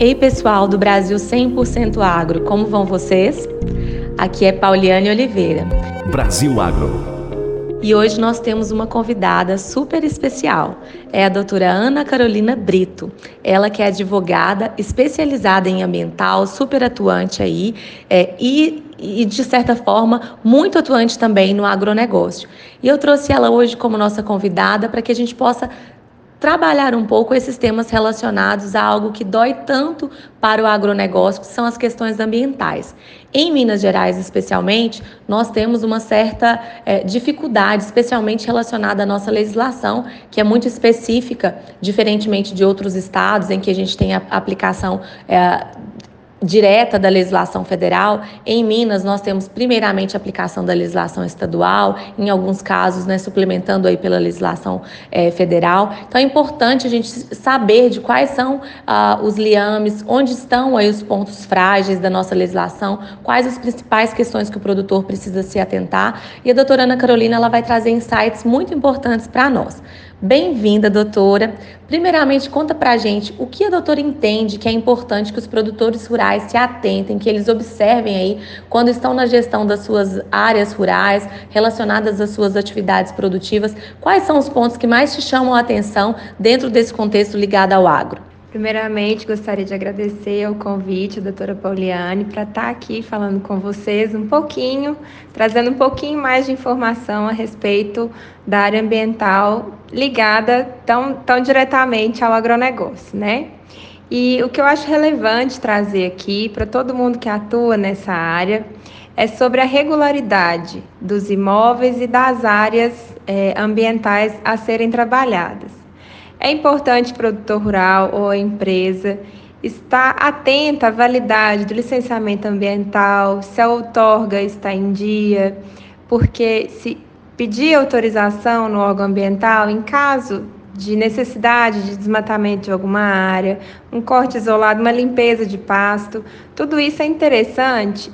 Ei pessoal do Brasil 100% Agro, como vão vocês? Aqui é Pauliane Oliveira. Brasil Agro. E hoje nós temos uma convidada super especial, é a doutora Ana Carolina Brito. Ela que é advogada especializada em ambiental, super atuante aí, e de certa forma muito atuante também no agronegócio. E eu trouxe ela hoje como nossa convidada para que a gente possa trabalhar um pouco esses temas relacionados a algo que dói tanto para o agronegócio, que são as questões ambientais. Em Minas Gerais, especialmente, nós temos uma certa dificuldade, especialmente relacionada à nossa legislação, que é muito específica, diferentemente de outros estados, em que a gente tem a aplicação direta da legislação federal. Em Minas, nós temos primeiramente a aplicação da legislação estadual, em alguns casos, suplementando aí pela legislação federal. Então, é importante a gente saber de quais são os liames, onde estão aí os pontos frágeis da nossa legislação, quais as principais questões que o produtor precisa se atentar. E a doutora Ana Carolina ela vai trazer insights muito importantes para nós. Bem-vinda, doutora. Primeiramente, conta pra gente o que a doutora entende que é importante que os produtores rurais se atentem, que eles observem aí quando estão na gestão das suas áreas rurais, relacionadas às suas atividades produtivas. Quais são os pontos que mais te chamam a atenção dentro desse contexto ligado ao agro? Primeiramente, gostaria de agradecer o convite, a doutora Pauliane, para estar aqui falando com vocês um pouquinho, trazendo um pouquinho mais de informação a respeito da área ambiental ligada tão diretamente ao agronegócio, né? E o que eu acho relevante trazer aqui para todo mundo que atua nessa área é sobre a regularidade dos imóveis e das áreas ambientais a serem trabalhadas. É importante o produtor rural ou a empresa estar atenta à validade do licenciamento ambiental, se a outorga está em dia, porque se pedir autorização no órgão ambiental, em caso de necessidade de desmatamento de alguma área, um corte isolado, uma limpeza de pasto, tudo isso é interessante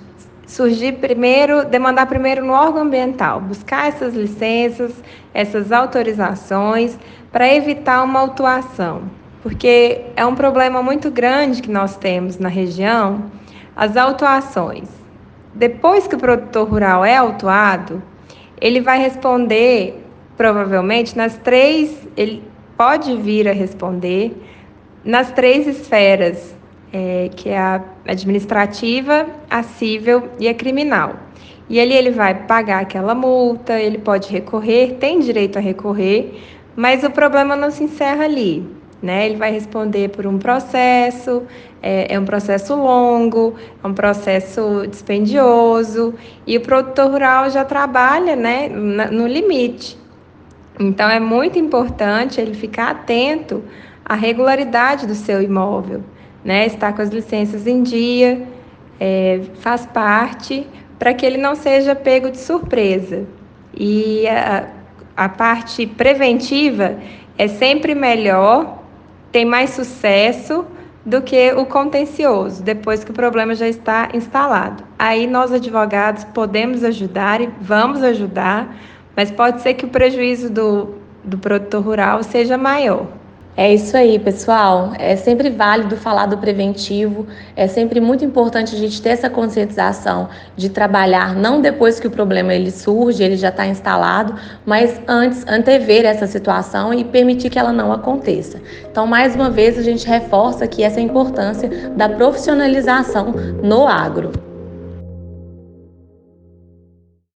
demandar primeiro no órgão ambiental, buscar essas licenças, essas autorizações, para evitar uma autuação, porque é um problema muito grande que nós temos na região, as autuações. Depois que o produtor rural é autuado, ele vai responder, provavelmente, ele pode vir a responder nas 3 esferas, que é a administrativa, a cível e a criminal. E ele vai pagar aquela multa, ele pode recorrer, tem direito a recorrer, mas o problema não se encerra ali, né? Ele vai responder por um processo, é um processo longo, é um processo dispendioso, e o produtor rural já trabalha, né, no limite. Então, é muito importante ele ficar atento à regularidade do seu imóvel, né? Estar com as licenças em dia, faz parte, para que ele não seja pego de surpresa. E a parte preventiva é sempre melhor, tem mais sucesso do que o contencioso, depois que o problema já está instalado. Aí nós, advogados, podemos ajudar e vamos ajudar, mas pode ser que o prejuízo do produtor rural seja maior. É isso aí, pessoal. É sempre válido falar do preventivo, é sempre muito importante a gente ter essa conscientização de trabalhar não depois que o problema ele surge, ele já está instalado, mas antes, antever essa situação e permitir que ela não aconteça. Então, mais uma vez, a gente reforça aqui essa importância da profissionalização no agro.